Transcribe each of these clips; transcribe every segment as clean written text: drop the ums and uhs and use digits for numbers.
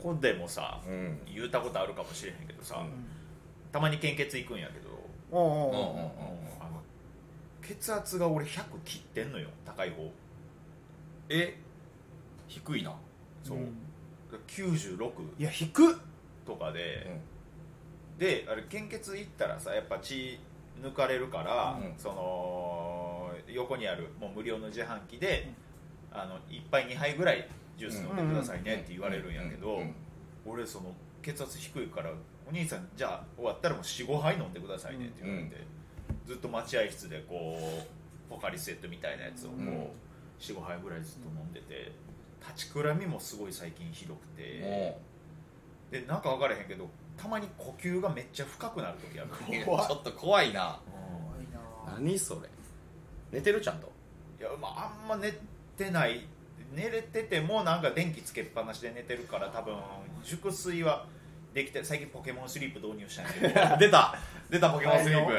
こでもさ、言うたことあるかもしれへんけどさ、たまに献血行くんやけど、血圧が俺100切ってんのよ、高い方。 低いな。 そう、96 いや低っとかで、であれ献血行ったらさ、やっぱ血抜かれるから、その横にあるもう無料の自販機で、1杯2杯ぐらいジュース飲んでくださいねって言われるんやけど、俺その血圧低いから、お兄さんじゃあ終わったらもう 4,5 杯飲んでくださいねって言われて、ずっと待合室でこうポカリスエットみたいなやつをこう 4,5 杯ぐらいずっと飲んでて、立ちくらみもすごい最近ひどくて、でなんか分からへんけど、たまに呼吸がめっちゃ深くなる時ある。 ちょっと怖いな。何それ。寝てるちゃんと。 いや、あんま寝てない。寝れててもなんか電気つけっぱなしで寝てるから、多分熟睡はできて、最近ポケモンスリープ導入したんやけど出たポケモンスリープ。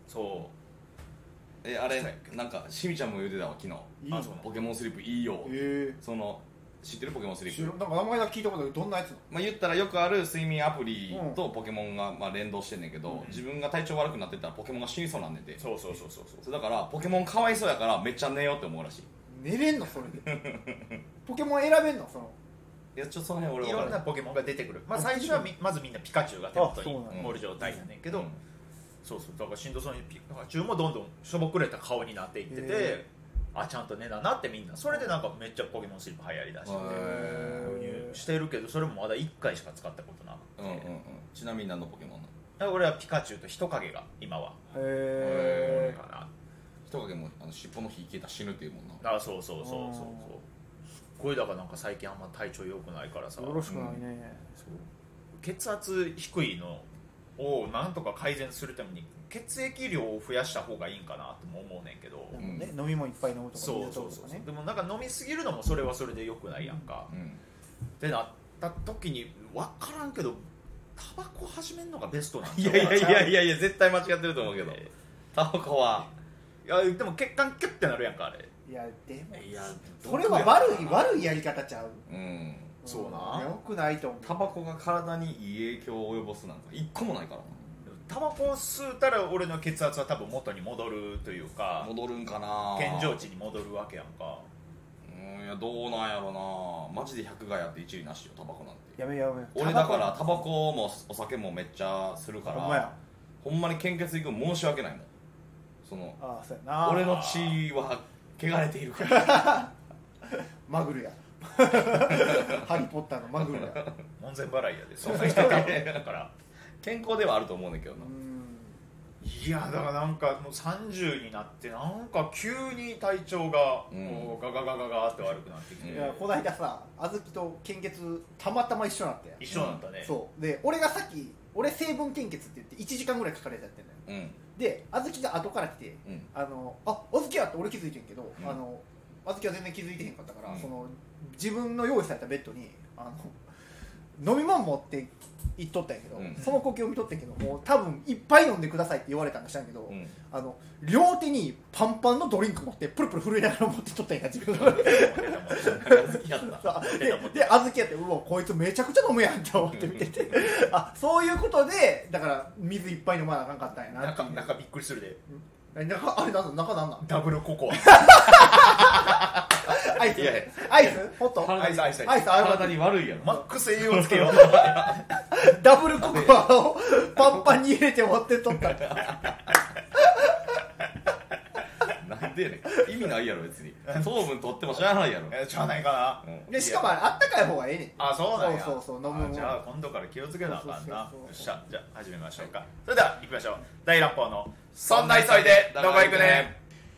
そうあれなんかしみちゃんも言うてたわ昨日。 そうポケモンスリープいいよ。その知ってるポケモンスリープ。 なんか名前だけ聞いたことある。どんなやつの？ 言ったらよくある睡眠アプリとポケモンが連動してんねんけど、自分が体調悪くなってたらポケモンが死にそうなんねんて。そうだからポケモンかわいそうやからめっちゃ寝ようって思うらしい。 寝れんのそれでポケモン選べんの？そのいやちょっとその辺俺いろんなポケモンが出てくる。最初はまずみんなピカチュウが手元におる状態やねんけど、そうだからしんどそうにピカチュウもどんどんしょぼくれた顔になっていってて、ちゃんと寝だなってみんな。それでなんかめっちゃポケモンスリープ流行りだして導入してるけど、それもまだ1回しか使ったことなくて。 ちなみに何のポケモンなの？ 俺はピカチュウと人影が今はおるかな。 人影も尻尾の火消えたら死ぬっていうもんな。 そうこれだからなんか最近あんま体調良くないからさ、 よろしくないね。 血圧低いのをなんとか改善するために血液量を増やした方がいいんかなとも思うねんけど、 飲み物いっぱい飲むとかそうでもなんか飲みすぎるのもそれはそれで良くないやんか、ってなった時に分からんけど、タバコ始めるのがベストなんちゃうかな。 いや絶対間違ってると思うけど、タバコはいやでも血管キュッてなるやんかあれ。 いやでもやそれは悪いやり方ちゃう。 そうな。 よくないと思う。 タバコが体にいい影響を及ぼすなんか一個もないからな。 タバコを吸うたら俺の血圧は多分元に戻るというか、 戻るんかな、 健常値に戻るわけやんか。 いやどうなんやろな。マジで100がやって一理なしよタバコなんて。 やめ俺だからタバコもお酒もめっちゃするからほんまに献血行くの申し訳ないもん。そうやな。俺の血は汚れているからマグルやハリーポッターのマグルや門前払いやでそんな人だから健康ではあると思うねんけどな。 いやだからなんかもう30になってなんか急に体調がこうガガガガガって悪くなってきて、 いやこの間さ、あずきと献血たまたま一緒になって。 一緒になったね。 そうで俺がさっき成分献血って言って1時間ぐらいかかるやつやってんのよ、であずきが後から来て、あずきやって俺気づいてんけど、あずきは全然気づいてへんかったから、その自分の用意されたベッドに飲み物持って行っとったんやけど、その呼吸を見とったんやけど、もう多分いっぱい飲んでくださいって言われたんかしたんやけど、両手にパンパンのドリンク持ってプルプル震えながら持ってっとったんや自分のであずきやって、うわこいつめちゃくちゃ飲むやんって思って見ててそういうことでだから水いっぱい飲まなあかんかったんやなっていう。 中びっくりするで。 あれ中なんなんダブルココアアイスホットアイス体に悪いやろ。 マックス栄養つけようダブルココアをパンパンに入れて持ってっとったなんでやねん。意味ないやろ別に。糖分取ってもしゃあないやろ。 しゃあないかな。でしかもあったかい方がええねん。 そうなんや。 そう飲むもん。 じゃあ今度から気をつけなあかんな。よっしゃ、じゃあ始めましょうか。それでは行きましょう。大乱暴のそんな急いでどこ行くね。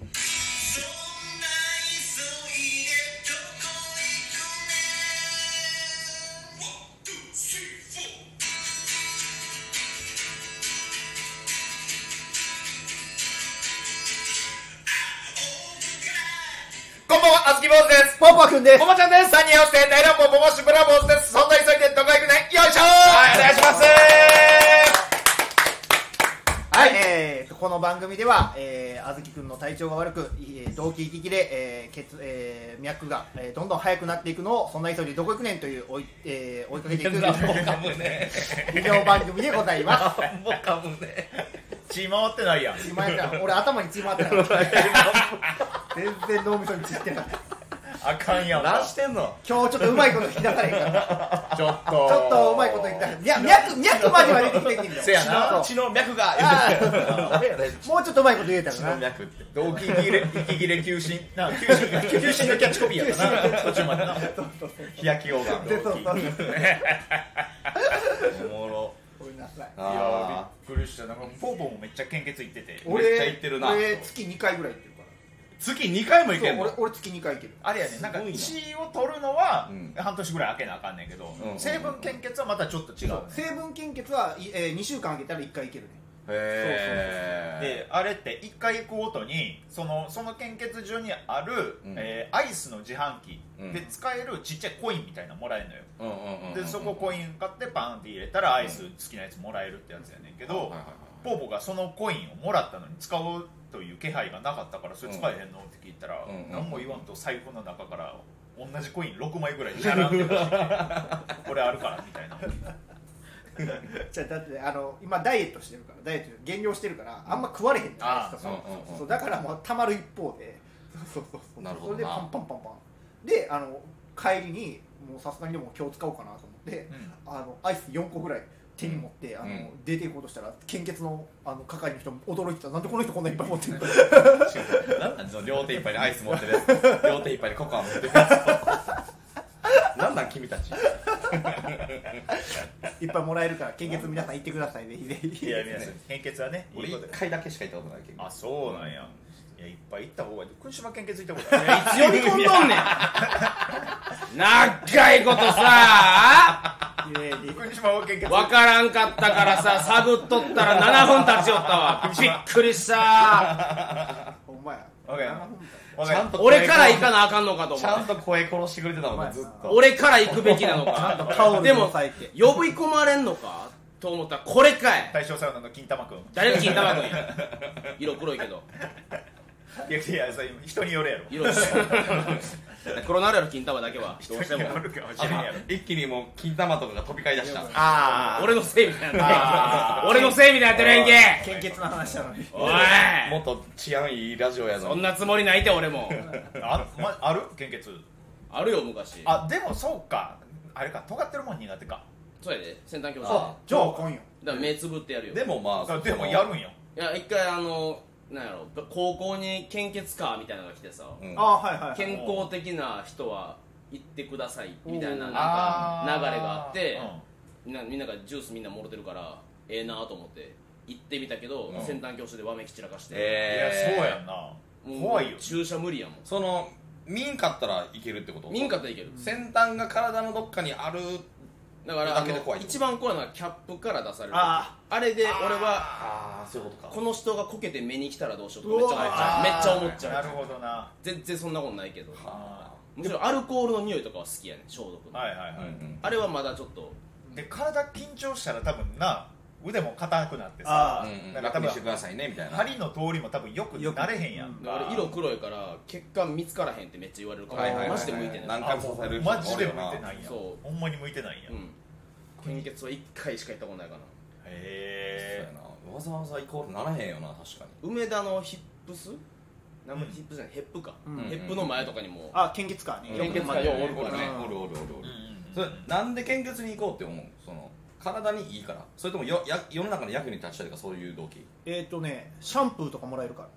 こんばんは、あずき坊主です。 ポンポンくんです。 ももちゃんです。3人合わせて大乱暴ももしブラ坊主です。そんな急いでどこ行くね。よいしょー。 はい、お願いします。 はい、この番組では、あずき樹くんの体調が悪く動悸息切れ、脈が、どんどん速くなっていくのをそんな急いでどこ行くねんという追いかけていく医療番組でございます。 もうかむね血回ってないやん。 血回ってない。俺頭に血回ってない全然脳みそに血ってない。 あかんやん。 何してんの。 今日ちょっとうまいこと引き出されへんからちょっとうまいこと言ったら脈までは出てきてんねん。 せやな。 血の脈がもうちょっとうまいこと言えたらな。 血の脈って動機息切れ休診休診のキャッチコピーやったな途中までな。 日焼きオーガンおもろ。 ごめんなさい。 いやびっくりした。なんかポーポーもめっちゃ献血行ってて。 めっちゃ行ってるな。 俺月2回ぐらい行ってるから。 月2回も行けんの。 俺月2回行ける。 あれやね、なんか血を取るのは半年ぐらい空けなあかんねんけど、成分献血はまたちょっと違うね。 成分献血は2週間空けたら1回行けるね。 へー。であれって1回行くごとにその献血所にあるアイスの自販機で使えるちっちゃいコインみたいなのもらえるのよ。でそこコイン買ってパンって入れたらアイス好きなやつもらえるってやつやねんけど、ポーポがそのコインをもらったのに使うという気配がなかったからそれ使えへんのって聞いたら、何も言わんと財布の中から同じコイン6枚ぐらい並んでるしこれあるからみたいな。 じゃだって今ダイエットしてるから減量してるからあんま食われへんじゃないですか。そうだからもうたまる一方でそうなるほどな。 それでパンパンパンパンで帰りにもうさすがにでも今日使おうかなと思って、アイス4個ぐらい手に持って出ていこうとしたら献血の係の人も驚いてた。なんでこの人こんなにいっぱい持ってるのなんなんその両手いっぱいにアイス持ってるやつ両手いっぱいにココア持ってるやつなんなん君たちいっぱいもらえるから献血皆さん行ってくださいぜひぜひ。 いや皆さん献血はね俺1回だけしか行ったことないけど。 あそうなんや。いやいっぱい行った方がいい。福島献血行ったことある。 いつ呼び込んどんねん長いことさ福島は献血分からんかったからさ探っとったら7分経ちよったわ。びっくりしたほんまや。 ちゃんと俺から行かなあかんのかと思ってちゃんと声殺してくれてたもんねずっと。 俺から行くべきなのかでも呼び込まれんのかと思ったらこれかい。 大正サウナの金玉くん。 誰が金玉くんや色黒いけど。 いやそれ人によるやろ。 色黒なるやろ金玉だけはどうしても。 一気にもう金玉とかが飛び交い出した。 俺のせいみたいな俺のせいみたいなやってるやんけ。 献血の話なのに。 おいもっと治安いいラジオやのに。 そんなつもりないて俺もある献血あるよ昔。 でもそうかあれか尖ってるもん苦手か。 そうやで先端教師じゃあ来んよ。 だから目つぶってやるよ。 でもまあでもやるんよ。 いや一回なんやろ高校に献血カーみたいなのが来てさ、健康的な人は行ってくださいみたいななんか流れがあってみんながジュースみんなもろてるからええなと思って行ってみたけど、先端教師でわめき散らかして、 いやそうやんな。怖いよ。 注射無理やもん。 その民かったらいけるってこと。 民かったらいける。 先端が体のどっかにあるだから一番怖いのはキャップから出されるあれで俺はそういうことか。 この人がこけて目に来たらどうしようとかめっちゃ思っちゃう。 なるほどな。 全然そんなことないけどむしろアルコールの匂いとかは好きやね消毒の。あれはまだちょっとで体緊張したら多分な腕も硬くなってさ楽にしてくださいねみたいな。 針の通りも多分よくなれへんやんか。 俺色黒いから血管見つからへんってめっちゃ言われるからマジで向いてない。 何回も刺されるマジで向いてないんや。ほんまに向いてないんや。 献血は1回しか行ったことないかな。 へえ。 わざわざ行こうとならへんよな確かに。 梅田のヒップスヒップじゃないヘップかヘップの前とかにも献血カーね。 献血カーよおるからね。おるそれなんで献血に行こうって思う。その体にいいから、それとも世の中の役に立ちたいとかそういう動機。 シャンプーとかもらえるから。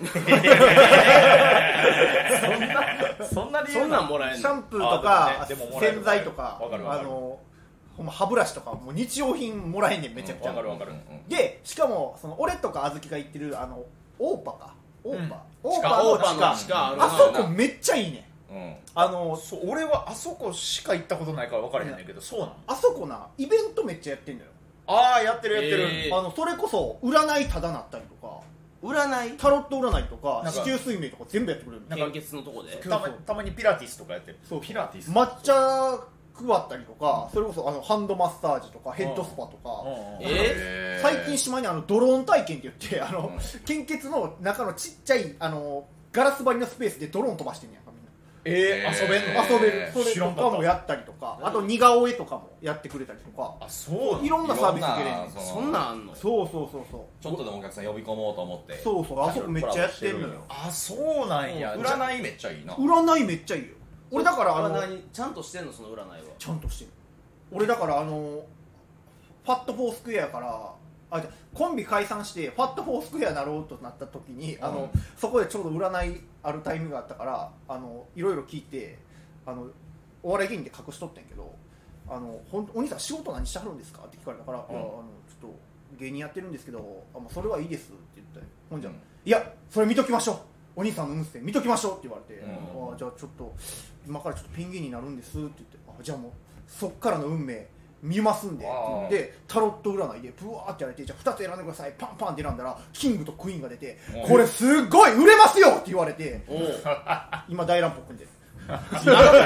そんなんもらえるの。 シャンプーとか洗剤とか歯ブラシとかもう日用品もらえんねんめちゃくちゃ。 わかるでしかも俺とかあずきが行ってるオーパの地下あそこめっちゃいいねん。 俺はあそこしか行ったことないから分からへんねんけど、そうなの。 あそこなイベントめっちゃやってんのよ。 やってるそれこそ占いただなったりとか占いタロット占いとか子宮水明とか全部やってくれる。 献血のとこでたまにピラティスとかやってる。 そうピラティス抹茶配ったりとか、それこそハンドマッサージとかヘッドスパとか、最近島にドローン体験って言って献血の中のちっちゃいガラス張りのスペースでドローン飛ばしてんねやんかみんな。 遊べんの？ 遊べる。それとかもやったりとか、あと似顔絵とかもやってくれたりとか。 あ、そういろんなサービス受けれる。 そんなんあんの？ そうちょっとでもお客さん呼び込もうと思って。 そうあそこめっちゃやってるのよ。 あ、そうなんや。 占いめっちゃいいな。 占いめっちゃいいよ。俺だからちゃんとしてんのその占いは？ ちゃんとしてる。俺だからファットフォースクエアからコンビ解散してファットフォースクエアになろうとなった時にそこでちょうど占いあるタイミングがあったからいろいろ聞いてお笑い芸人で隠しとってんけどお兄さん仕事何してはるんですかって聞かれたから、ちょっと芸人やってるんですけどそれはいいですって言ったよ。ほんじゃ、いやそれ見ときましょう、お兄さんの運勢見ときましょうって言われて、じゃあちょっと今からちょっとピン芸人になるんですって言って、じゃあもうそっからの運命見ますんでって言ってタロット占いでブワーってやられて、じゃあ2つ選んでください、パンパンって選んだらキングとクイーンが出て、これすっごい売れますよって言われて、今大乱歩組んでる。 ファ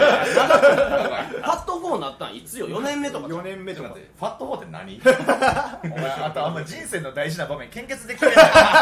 ット4になったんいつよ？4年目とか。 4年目とか。 ファット4って何？ お前あとあんま人生の大事な場面献血できてない。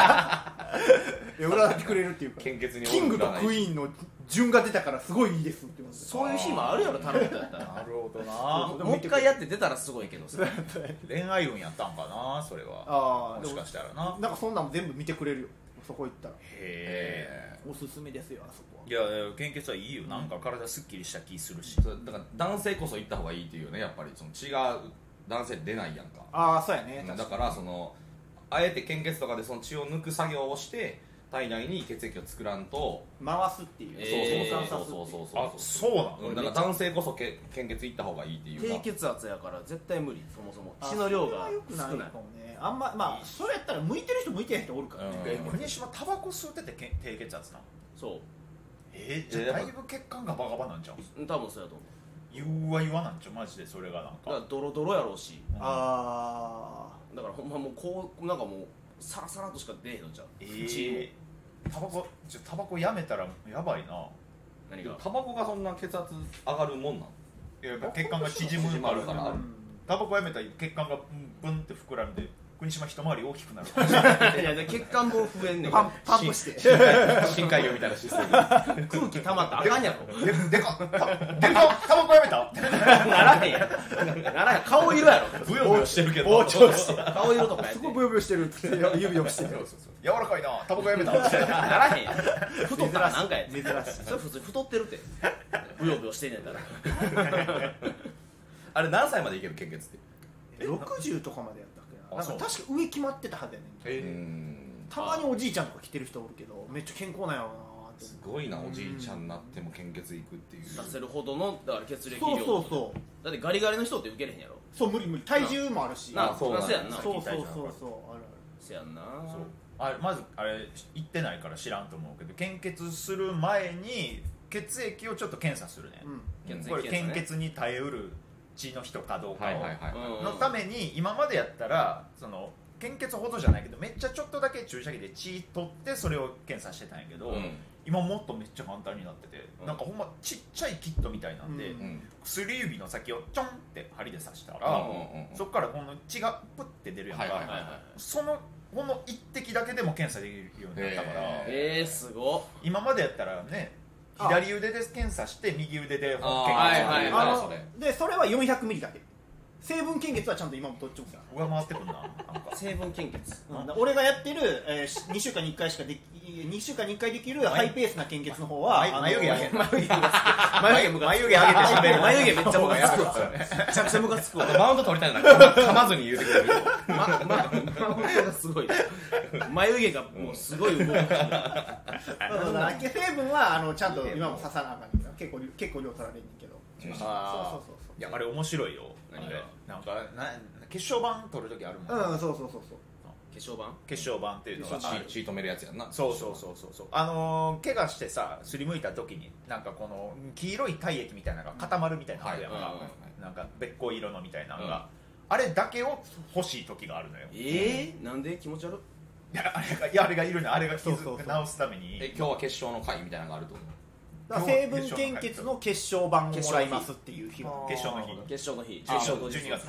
占ってくれるっていうか、 献血にキングとクイーンの順が出たからすごいいいですって言われて、 そういう日もあるやろタロットやったら。 なるほどな。 もう一回やって出たらすごいけどさ。 恋愛運やったんかなそれは。もしかしたらな。 なんかそんなん全部見てくれるよそこ行ったら。 へえ。 おすすめですよあそこは。 いや献血はいいよ。なんか体すっきりした気するし。 だから男性こそ行った方がいいっていうよね。やっぱりその血が男性出ないやんか。 ああそうやね。 だからあえて献血とかでその血を抜く作業をして体内に血液を作らんと回すっていう。 そうなの。 だから男性こそ献血行った方がいいっていうか。 低血圧やから絶対無理。そもそも血の量が少ない。 あんままあそれやったら向いてる人向いてない人おるからね。 国島タバコ吸ってて低血圧なの？ そう。 じゃあだいぶ血管がバカバなんちゃう？ 多分そうやと思う。 言わなんちゃうマジで。それがなんかだからドロドロやろうし。 だからほんまもうこうなんかもうサラサラとしか出えへんのちゃう。 タバコやめたらやばいな。 何が？ タバコがそんな血圧上がるもんなん？ やっぱ血管が縮むあるから。 タバコやめたら血管がブンって膨らんで国島一回り大きくなる。 いや血管分増えんねん。 パンプして深海魚みたいなシステム。 空気溜まったらあかんやろ。 でかタバコやめた？ ならへんや顔色やろ。 ブヨブヨしてるけど。 顔色とかやって。 すごいブヨブヨしてるって指をしてる。 柔らかいなタバコやめた。 ならへんや太ったらなんかや。珍しい。それ普通太ってるってブヨブヨしてんねんからあれ何歳までいける献血って？ 60とかまでやったっけな。なんか確か上決まってたはずやねん。たまにおじいちゃんとか来てる人おるけどめっちゃ健康なんやろうなって。 すごいな、おじいちゃんになっても献血行くっていう。 出せるほどのだから血液量。 そうだってガリガリの人って受けれへんやろ。 そう無理体重もあるし。 そうやんな。 そうあるある。 せやんな。 まずあれ言ってないから知らんと思うけど、献血する前に血液をちょっと検査するね。これ献血に耐えうる血の人かどうかのために、今までやったら献血ほどじゃないけどめっちゃちょっとだけ注射器で血取ってそれを検査してたんやけど、今もっとめっちゃ簡単になってて、なんかほんまちっちゃいキットみたいなんで、薬指の先をちょんって針で刺したら、そこからこの血がプッて出るやんか。この一滴だけでも検査できるようになったから。 すごっ。 今までやったらね、左腕で検査して右腕でそれは400ミリだけ。成分献血はちゃんと今もどっちも上回ってくるな。 成分献血、 俺がやってる、2週間に1回しか2週間に1回できるハイペースな献血の方は眉毛上げ眉毛上げて喋る。 眉毛めっちゃムカつくわ。めちゃくちゃムカつくわ。 マウント取りたいな噛まずに言うてくれる。 マウントがすごい。眉毛がもうすごい動く。成分はちゃんと今も刺さなあかんけど結構量取られるんけど。 いやあれ面白いよ。なんか血小板取るときあるもん。 そう血小板っていうのが血止めるやつやんな。 そう怪我してさすりむいた時になんかこの黄色い体液みたいなのが固まるみたいなのあるやんか。なんかべっこい色のみたいなのが、あれだけを欲しい時があるのよ。 なんで気持ち悪い？ あれがいるの。あれが傷治すために。 今日は決勝の会みたいなのがあると思う。 成分献血の決勝版をもらいますっていう日が決勝の日 12月な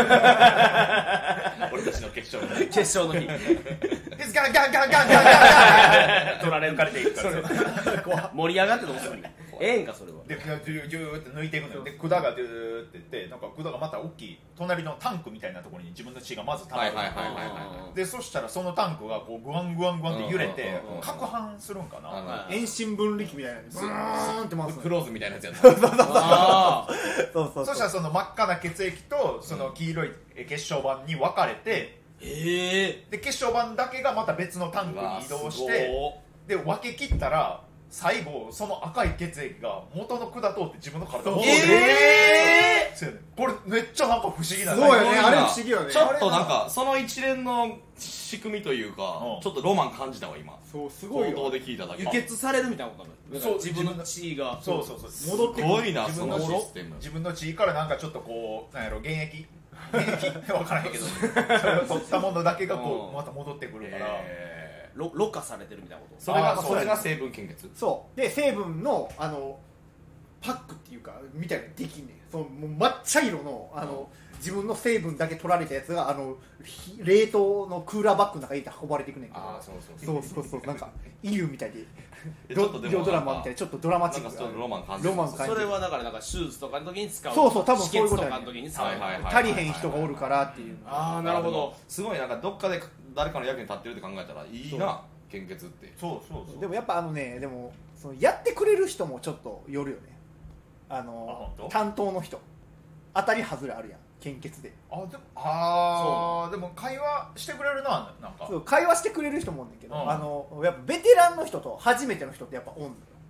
俺たちの決勝の日決勝の日ガンガンガンガンガンガン取られていくから盛り上がってどうするええんかそれはでギューって抜いていくのよで管がデューっていってなんか管がまた大きい隣のタンクみたいなところに自分の血がまず溜まるでそしたらそのタンクがこうグワングワングワンって揺れて攪拌するんかな遠心分離機みたいなズーンって回すクローズみたいなやつやそうそしたらその真っ赤な血液とその黄色い血小板に分かれてで血小板だけがまた別のタンクに移動してで分け切ったら最後その赤い血液が元の管通って自分の体をこれめっちゃなんか不思議なすごいよねあれ不思議よねちょっとなんかその一連の仕組みというかちょっとロマン感じたわ今そうすごいよ行動で聞いただけ輸血されるみたいなことなの自分の血がそう戻ってくるすごいなそのシステム自分の血からなんかちょっとこうなんやろ原液分からへんけどそれを取ったものだけがこうまた戻ってくるからろ過されてるみたいなことそれが成分献血そうで成分のパックっていうかみたいなできんねんそのもう抹茶色の自分の成分だけ取られたやつが冷凍のクーラーバッグの中に入れて運ばれていくねんけどそうなんかイリューみたいでドラマみたいなちょっとドラマチックなロマン感じるそれはだからなんか手術とかの時に使うそう多分そういうこと止血とかの時に使う足りへん人がおるからっていうああなるほどすごいなんかどっかで誰かの役に立ってるって考えたらいいな献血ってそうでもやっぱでもそのやってくれる人もちょっとよるよね担当の人当たり外れあるやん献血ででも会話してくれるななんかそう会話してくれる人もおんねんけどやっぱベテランの人と初めての人ってやっぱおんのよ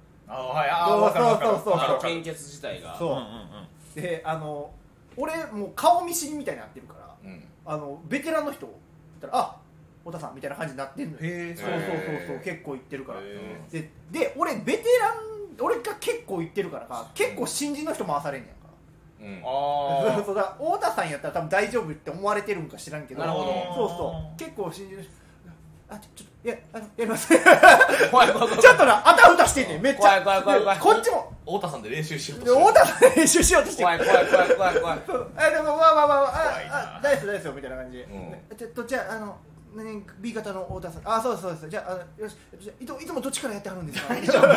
そう献血自体がそうで俺もう顔見知りみたいになってるからベテランの人言ったらあ太田さんみたいな感じになってんのよそう結構言ってるからで俺ベテラン俺が結構言ってるからか結構新人の人回されんねやんかそうだ太田さんやったら多分大丈夫って思われてるんか知らんけどなるほどそう結構新人の人ちょっとやります怖いちょっとなあたふたしてんねんめっちゃ怖いこっちも太田さんで練習しようとして太田さん練習しようとして怖いでも大丈夫ですよみたいな感じでじゃあB 型の太田さんそうですじゃあよしいつもどっちからやってはるんですか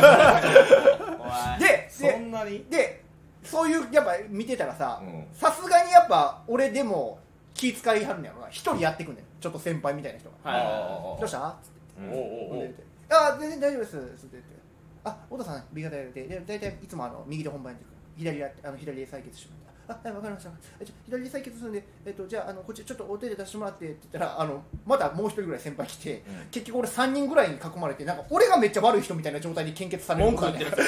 そんなにでそういうやっぱ見てたらささすがにやっぱ俺でも気遣いはるんやろな一人やってくんねんちょっと先輩みたいな人がどうしたって言って全然大丈夫ですって言って太田さん B 型やれて大体いつも右で本番やってくる左で採血してもらって分かりました左で採血するんでじゃあこっちちょっとお手で出してもらってって言ったらまだもう一人ぐらい先輩来て結局俺3人ぐらいに囲まれてなんか俺がめっちゃ悪い人みたいな状態に献血される文句言ってる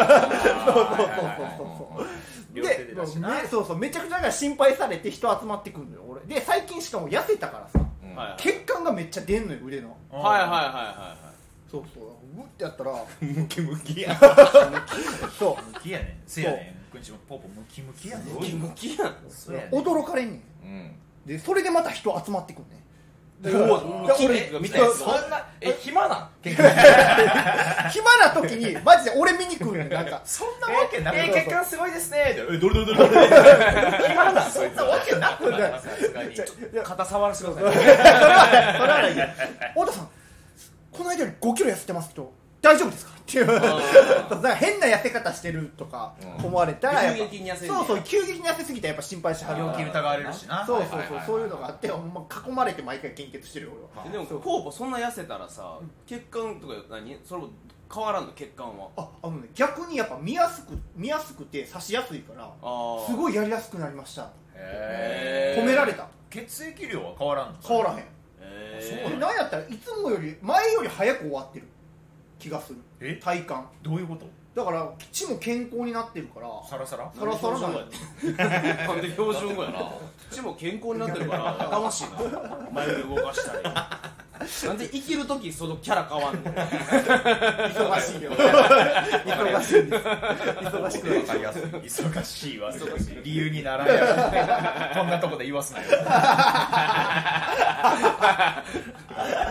そうめちゃくちゃ心配されて人集まってくるのよ俺で最近しかも痩せたからさ血管がめっちゃ出んのよ腕のそうグッてやったらムキムキやそうムキやねんせやねんくんちもポポムキムキやねんムキムキやん驚かれんねんでそれでまた人集まってくんねん筋肉が見たやつそんな暇なん暇な時にマジで俺見に来るねんなんかそんなわけなく血管すごいですねどれ暇なんそんなわけなくないさすがに肩触らせてくださいそれはない太田さんこの間より5キロ痩せてますけど大丈夫ですかっていうだから変な痩せ方してるとか思われたら急激に痩せるそう急激に痩せすぎたらやっぱ心配しはる病気疑われるしなそういうのがあって囲まれて毎回献血してるよ俺はでもコーポそんな痩せたらさ血管とかそれも変わらんの血管は逆にやっぱ見やすくて刺しやすいからすごいやりやすくなりました褒められた血液量は変わらんの変わらへんなんやったらいつもより前より早く終わってる気がする体感どういうことだから血も健康になってるからサラサラサラサラなんやなんで標準語やな血も健康になってるから楽しいな前より動かしたりなんで生きるときそのキャラ変わんの忙しいよ忙しいんです忙しく分かりやすい忙しいわ理由にならんやろこんなとこで言わすなよいつ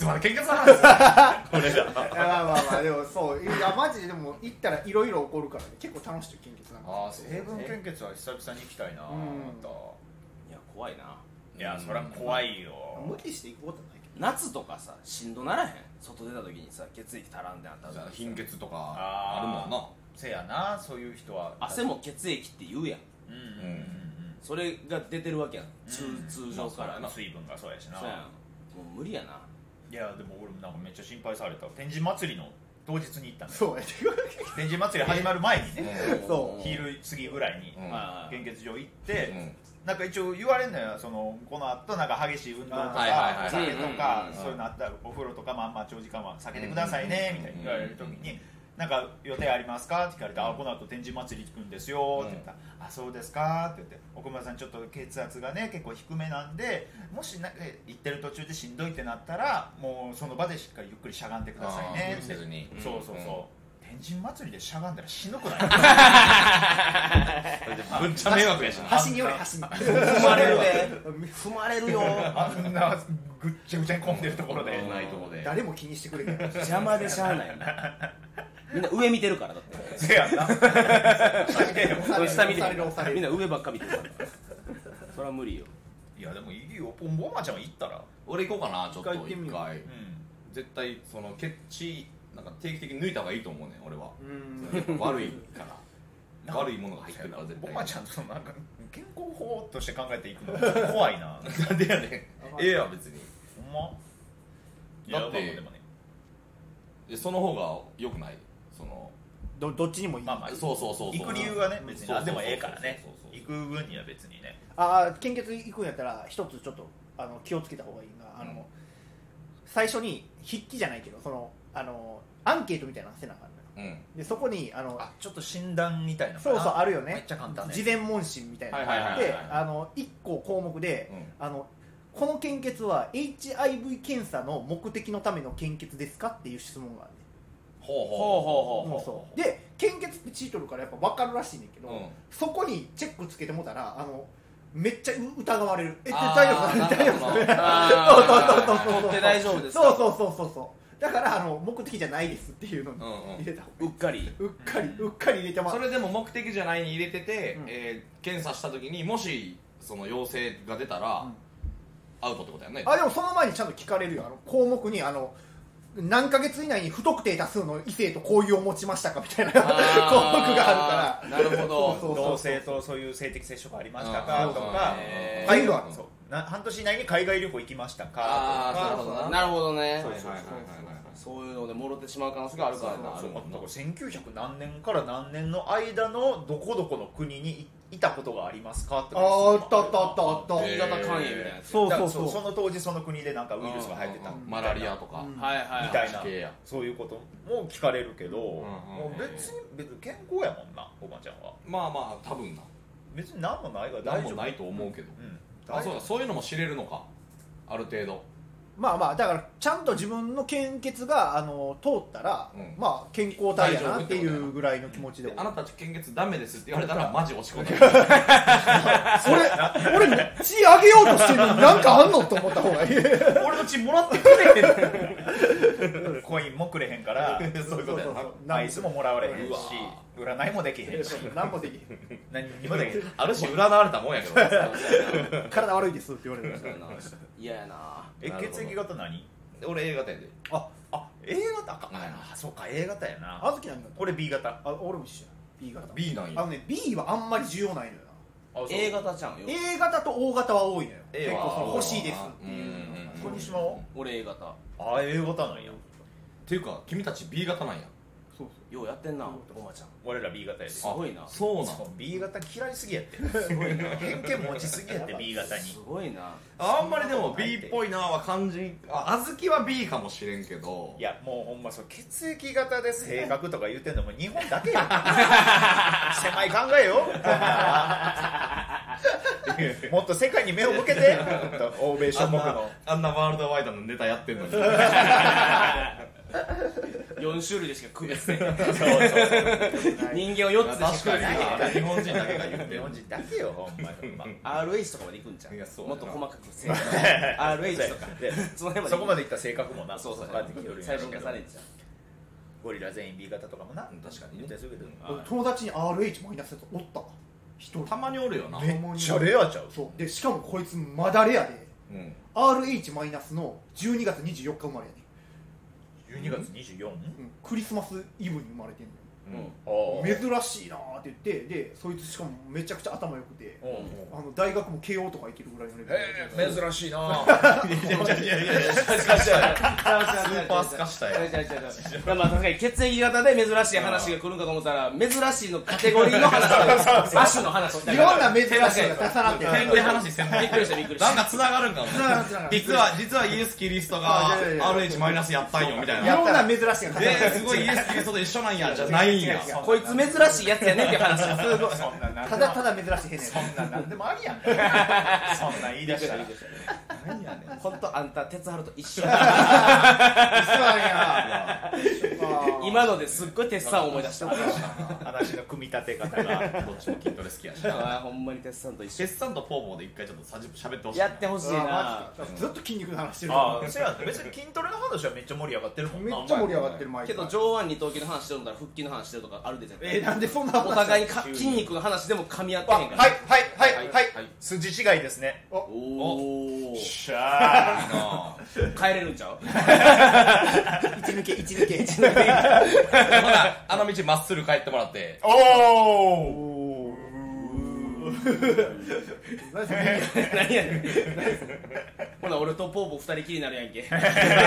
つまで献血の話俺らまあでもそういやマジででも行ったらいろいろ起こるからね結構楽しい献血なんか成分献血は久々に行きたいな。いや怖いな。 いやそりゃ怖いよ。 無理して行くことないけど夏とかさしんどならへん。外出た時にさ血液足らんであったら貧血とかあるもんな。 せやなそういう人は汗も血液って言うやん。それが出てるわけやん通常からな。 水分がそうやしな。 そうやん。もう無理やな。 いやでも俺なんかめっちゃ心配された。天神祭りの当日に行ったんだよ。 そうや天神祭り始まる前にねそう昼過ぎぐらいに献血場行ってなんか一応言われるのよ。この後なんか激しい運動とか酒とかそういうのあったらお風呂とかまあ長時間は避けてくださいねみたいに言われる時になんか予定ありますかって聞かれてこの後天神祭り行くんですよって言ったらそうですかって言って奥村さんちょっと血圧がね結構低めなんでもしなんか行ってる途中でしんどいってなったらもうその場でしっかりゆっくりしゃがんでくださいねって。そう天神祭りでしゃがんだら死ぬくないぶっちゃ迷惑やしな。 端により端に踏まれるで踏まれるよ。 あんなぐっちゃぐちゃに混んでるところでないとこで誰も気にしてくれない邪魔でしゃあない。みんな上見てるからだって。 せやんな下見てる。みんな上ばっか見てるから。それは無理よ。 いやでもいいよ。ボマちゃんは行ったら俺行こうかなちょっと一回。絶対その血なんか定期的に抜いた方がいいと思うね俺は。悪いから悪いものが入ってるから絶対。 ボマちゃんとなんか健康法として考えていくの怖いな。 なんでやねん。ええや別に。 ほんまだってその方が良くない。 どっちにもいい。 まあそう行く理由はね別にでもええからね。行く分には別にね。 献血行くんやったら一つちょっと気をつけた方がいいのが最初に筆記じゃないけどアンケートみたいなのせなあかんのよ。でそこにちょっと診断みたいなそうあるよね。 めっちゃ簡単ね。 事前問診みたいなのがあって1個項目でこの献血は HIV 検査の目的のための献血ですかっていう質問があるね。 ほうで献血ってチートルからやっぱ分かるらしいねんけどそこにチェックつけてもたらめっちゃ疑われる。大丈夫です大丈夫です取って大丈夫ですか。 そうだから目的じゃないですっていうのに入れた。 うっかり入れてます。 それでも目的じゃないに入れてて検査した時にもしその陽性が出たらアウトってことやね。 でもその前にちゃんと聞かれるよ。項目に何ヶ月以内に不特定多数の異性と交友を持ちましたかみたいな項目があるから。 なるほど。 同性とそういう性的接触ありましたかとか半年以内に海外旅行行きましたかとか。 なるほどね。そういうのでもろてしまう可能性があるからな。 1900何年から何年の間のどこどこの国にいたことがありますかって。 あった B 型肝炎みたいなやつ。 そうその当時その国でなんかウイルスが流行ってたマラリアとかみたいなそういうことも聞かれるけどもう別に健康やもんなおばちゃんは。 まあ多分な別に何もないが大丈夫。何もないと思うけどそういうのも知れるのかある程度。 だからちゃんと自分の献血が通ったら健康体やなっていうぐらいの気持ちで。 あなた献血ダメですって言われたらマジ落ち込む。 俺血あげようとしてるのになんかあんのと思った方がいい。 俺の血もらってくれへんコインもくれへんからそういうことやな。アイスももらわれへんし占いもできへんし何もできへん。 何にもできへん。 ある種占われたもんやけど体悪いですって言われる。 嫌やな。 血液型何？ 俺 A 型やで。 A 型か。そうか A 型やな。 あずき何型？ 俺 B 型。 俺も一緒や。B 型。 B なんや。 B はあんまり需要ないのよな。 A 型ちゃんよ。 A 型と O 型は多いのよ。 結構欲しいですっていう。 小西は？ 俺 A 型。 A 型なんや。 っていうか君たち B 型なんや。 そうようやってんなおばちゃん。 俺ら B 型やで。 すごいな。 そうなん。 B 型嫌いすぎやって。すごいな。偏見持ちすぎやって B 型に。 すごいな。 あんまりでも B っぽいなは感じ。あずきは B かもしれんけど。 いやもうほんまそう血液型で性格とか言ってんのも日本だけよ。狭い考えよ。もっと世界に目を向けて。欧米諸国のあんなワールドワイドのネタやってんのに。 4種類でしか区別せんそう人間を4つでしか区別せん日本人だけが言って日本人だけよほんまに RH とかまで行くんじゃんもっと細かくせん RH とかそこまでいった性格もなそうそう細分化されんじゃんゴリラ全員 B 型とかもな確かにね友達に RH マイナスやつおったわたまにおるよなめっちゃレアちゃうそうでしかもこいつまだレアで、RH マイナスの12月24日生まれやね 12月 24？ クリスマスイブに生まれてんのよ珍しいなーって言ってでそいつしかもめちゃくちゃ頭良くて大学も慶応とか行けるぐらいのレベル珍しいなぁスーパースカしたよまあ確かに血液型で珍しい話が来るかと思ったら珍しいのカテゴリーの話亜種の話いろんな珍しいが重なって点で話せんのびっくりしたなんか繋がるんかも実はイエス・キリストが RH マイナスやったんよみたいないろんな珍しいが重なってすごいイエス・キリストと一緒なんやじゃないんやこいつ珍しいやつやねっていう話だすごいただただ珍しい変なやつそんな何でもありやんそんなん言い出したら何やねん本当あんた哲治と一緒今のですっごい哲さん思い出した話の組み立て方がどっちも筋トレ好きやしほんまに哲さんと一緒哲さんとポーポーで一回ちょっと喋ってほしいやってほしいなずっと筋肉の話してるせや別に筋トレの話はめっちゃ盛り上がってるもんなめっちゃ盛り上がってる前けど上腕二頭筋の話してるんだら腹筋の話してるとかあるで絶対なんでそんな話お互いに筋肉の話でも噛み合ってへんからはい筋違いですねおおしゃー帰れるんちゃう一抜けほなあの道まっすぐ帰ってもらっておお何やねんほな俺とポーポー二人きりになるやんけ喋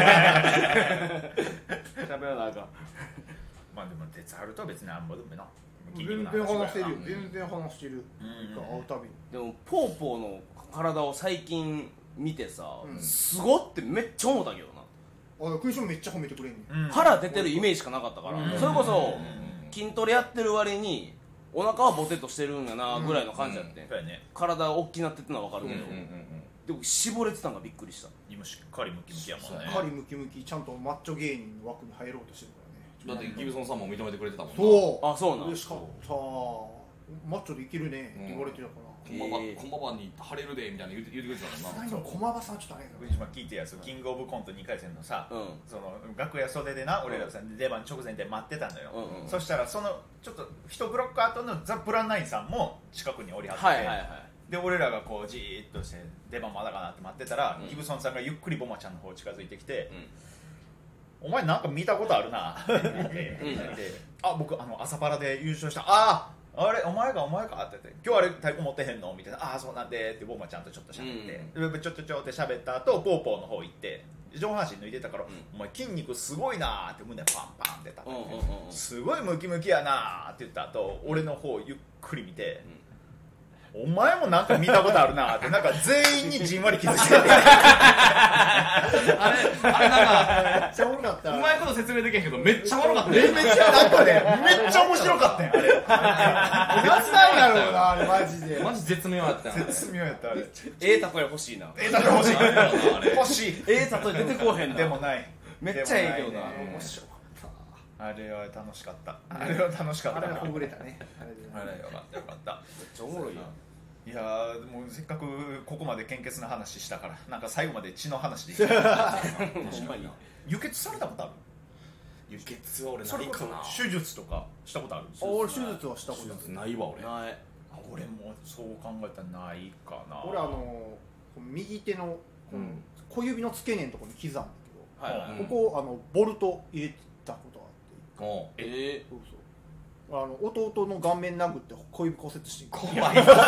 らなあかんまあでも鉄あるとは別にあんまでもな全然話してるよ全然話してる会うたびにでもポーポーの体を最近見てさすごってめっちゃ思ったけどなクリスもめっちゃ褒めてくれんね腹出てるイメージしかなかったからそれこそ筋トレやってる割にお腹はボテッとしてるんやなぐらいの感じやって体大きなってってのは分かるけどでも絞れてたのがびっくりした今しっかりムキムキやもんねしっかりムキムキちゃんとマッチョ芸人の枠に入ろうとしてるからねだってギブソンさんも認めてくれてたもんなそうなん嬉しかったマッチョでいけるねって言われてたから駒場に晴れるでみたいな言ってくれてたもんな駒場さんちょっとあれ今聞いてやつキングオブコント2回戦のさその楽屋袖でな俺らさ出番直前で待ってたのよそしたらそのちょっと1ブロック後のザ・プランナインさんも近くにおりはってで俺らがこうじーっとして出番まだかなって待ってたらギブソンさんがゆっくりボマちゃんの方近づいてきてお前なんか見たことあるなって言ってあ僕朝パラで優勝したあれお前かって言って今日あれ太鼓持ってへんのみたいなそうなんでってボマちゃんとちょっと喋ってちょって喋った後ポーポーの方行って上半身抜いてたからお前筋肉すごいなって胸パンパンってたすごいムキムキやなって言った後俺の方ゆっくり見てお前もなんか見たことあるなってなんか全員にじんわり気づいてあれなんかめっちゃおもろかったうまいこと説明できへんけどめっちゃおもろかっためっちゃなんかねめっちゃ面白かったんあれ何なんやろうなあれマジでマジ絶妙やった絶妙やったあれ例え欲しいな例え欲しい欲しい例え出てこうへんなでもないめっちゃええけどな面白かったあれは楽しかったあれは楽しかったあれはほぐれたねあれよかったよかっためっちゃおもろいよいやーもうせっかくここまで献血の話したからなんか最後まで血の話でいいほんまに輸血されたことある輸血は俺ないかな手術とかしたことある俺手術はしたことないわ俺俺もそう考えたらないかな俺右手の小指の付け根のところに刻んだけどここボルト入れたことがあってそうそう弟の顔面殴って小指骨折して怖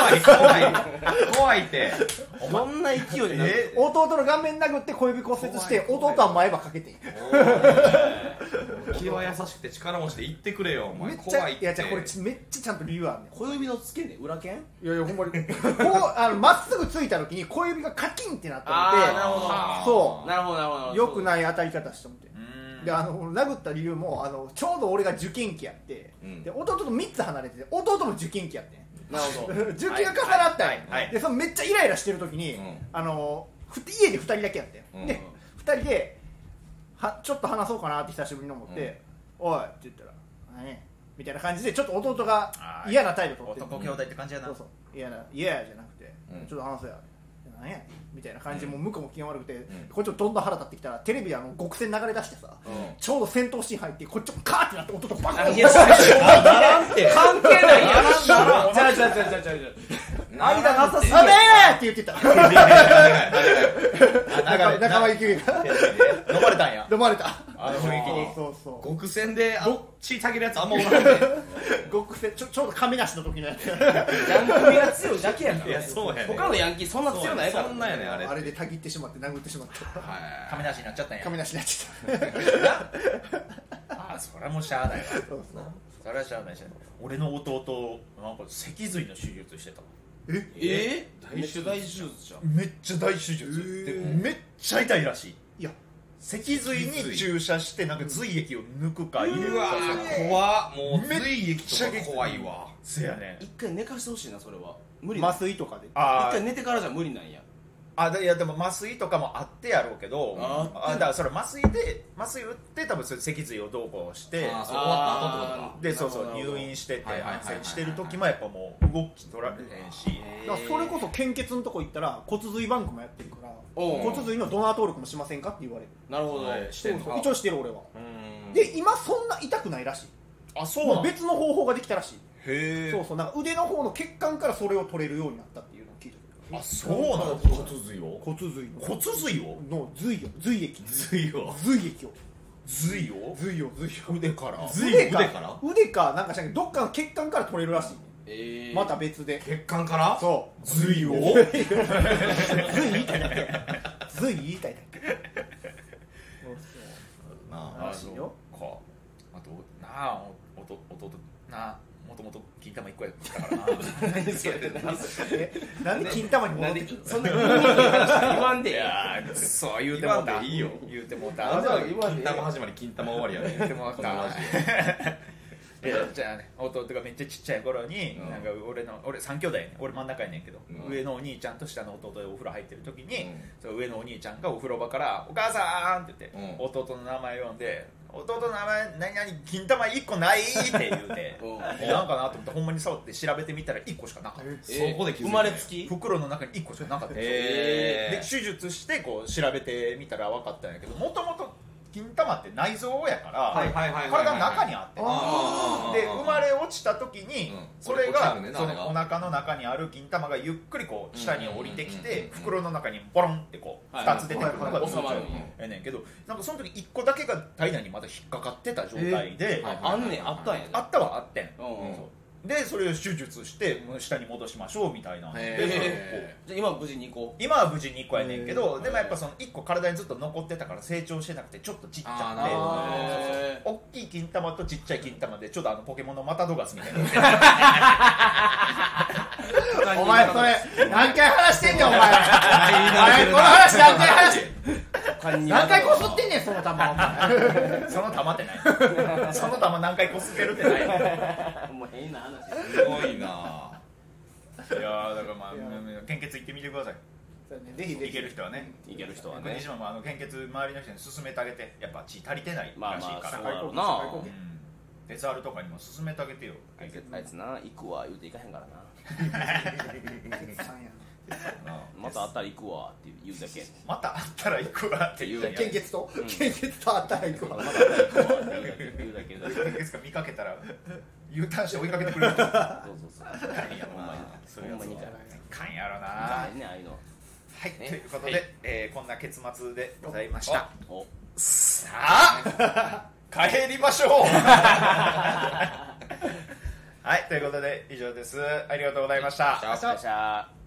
いってどんな勢いで弟の顔面殴って小指骨折して弟は前歯かけて気は優しくて力持ちで言ってくれよお前怖いっていやこれめっちゃちゃんと理由あるね小指の付け根裏剣いやほんまにこうまっすぐついた時に小指がカキンってなっててそうなるほどよくない当たり方してもてで殴った理由もちょうど俺が受験期やって、で弟と3つ離れてて弟も受験期やってなるほど受験が重なったんやでそのめっちゃイライラしてる時に、家で2人だけやって、で2人でちょっと話そうかなって久しぶりに思って、 おいって言ったら何みたいな感じでちょっと弟が嫌な態度取って男兄弟って感じやな。 そうそう嫌やじゃなくて、ちょっと話せや何やみたいな感じでもう向こうも気が悪くて、こっちもどんどん腹立ってきたらテレビ極戦流れ出してさ、ちょうど戦闘シーン入ってこっちもカーってなって弟バカッて関係ないやん。じゃあ間なさすぎる。 あねーって言ってた。仲間由紀が飲まれたんや。 飲まれた。 あの雰囲気に。 そう極戦で血たけるやつあんまおらんね。 極戦ちょうど亀梨の時のやつ。 ヤンキーが強いだけやから。 いやそうやね。 他のヤンキーそんな強ないから。 そんなんやねあれ。 あれでたぎってしまって殴ってしまって。 亀梨になっちゃったんや。 亀梨になっちゃった。 あ、それはもうしゃあないわ。それはしゃあないし。俺の弟なんか脊髄の手術してた。 大手術じゃん。 めっちゃ大手術でめっちゃ痛いらしい。いや脊髄に注射してなんか髄液を抜くか入れるか怖っ。もう髄液とか怖いわ。 せやね。 一回寝かしてほしいな。それは無理。 麻酔とかで一回寝てからじゃ無理なんや。 いやでも麻酔とかもあってやろうけど、だからそれ麻酔打って多分それ脊髄をどうこうして終わった後ってことか。 でそう入院しててしてる時もやっぱもう動き取られへんし、 だからそれこそ献血のとこ行ったら骨髄バンクもやってるから骨髄のドナー登録もしませんかって言われる。 なるほど。 一応してる俺は。で今そんな痛くないらしい。 あ、そうなん。 別の方法ができたらしい。 へえ。 そうなんか腕の方の血管からそれを取れるようになったっていうのを聞いてる。 あ、そうなの。 骨髄を骨髄の髄液髄液を腕から腕かなんかしらんけどどっかの血管から取れるらしい。また別で血管からそう髄を髄言いたいな髄言いたいならしいよ。 あとなあ弟なあもともと金玉1個やったからな。 なんで金玉に戻ってくるそんな言わんで。いやそう言うてもうた。 いいよ。 言うてもうた。 金玉始まり金玉終わりやね。 言うてもうた。じゃあね、弟がめっちゃちっちゃい頃に、なんか俺3兄弟やねん。俺真ん中やねんけど、上のお兄ちゃんと下の弟でお風呂入ってる時に、その上のお兄ちゃんがお風呂場から「お母さん!」って言って、弟の名前呼んで「弟の名前何々金玉1個ない?」って言うてなんかなと思ってほんまに触って調べてみたら1個しかなかった。 そこで気づいた。 生まれつき袋の中に1個しかなかった。で手術してこう調べてみたら分かったんやけど、もともと金玉って内臓やから体の中にあってで生まれ落ちた時にそれがそのお腹の中にある金玉がゆっくりこう下に降りてきて袋の中にボロンってこう2つ出てくるのが収まるんやねんけど、なんかその時1個だけが体内にまだ引っかかってた状態であんねんあったんやね。 あったはあってん。でそれを手術して下に戻しましょうみたいな。 じゃあ今は無事にこう。 今は無事に1個やねんけど、でもやっぱその1個体にずっと残ってたから成長してなくてちょっとちっちゃくて、大きい金玉とちっちゃい金玉でちょっとポケモンのマタドガスみたいな。 お前それ何回話してんねんお前。この話何回話して何回こすってんねんその玉お前。 その玉ってない。その玉何回こすってるってない。 もう変な話。 すごいな。 いやだからまあ献血行ってみてください。 ぜひ行ける人はね。 いける人はね。 西島も献血周りの人に勧めてあげて、やっぱ血足りてないらしいから。 そうやろな。 鉄あるとかにも勧めてあげてよ。 あいつな行くわ言うていかへんからな。また会ったら行くわって言うだけ。 また会ったら行くわって言うだけ。 献血と会ったら行くわ。 また会ったら行くわって言うだけ。 献血か見かけたら U ターンして追いかけてくれる。そうそう。ほんまにかんやろな。 はいということでこんな結末でございました。さあ帰りましょう。はい、ということで以上です。ありがとうございました。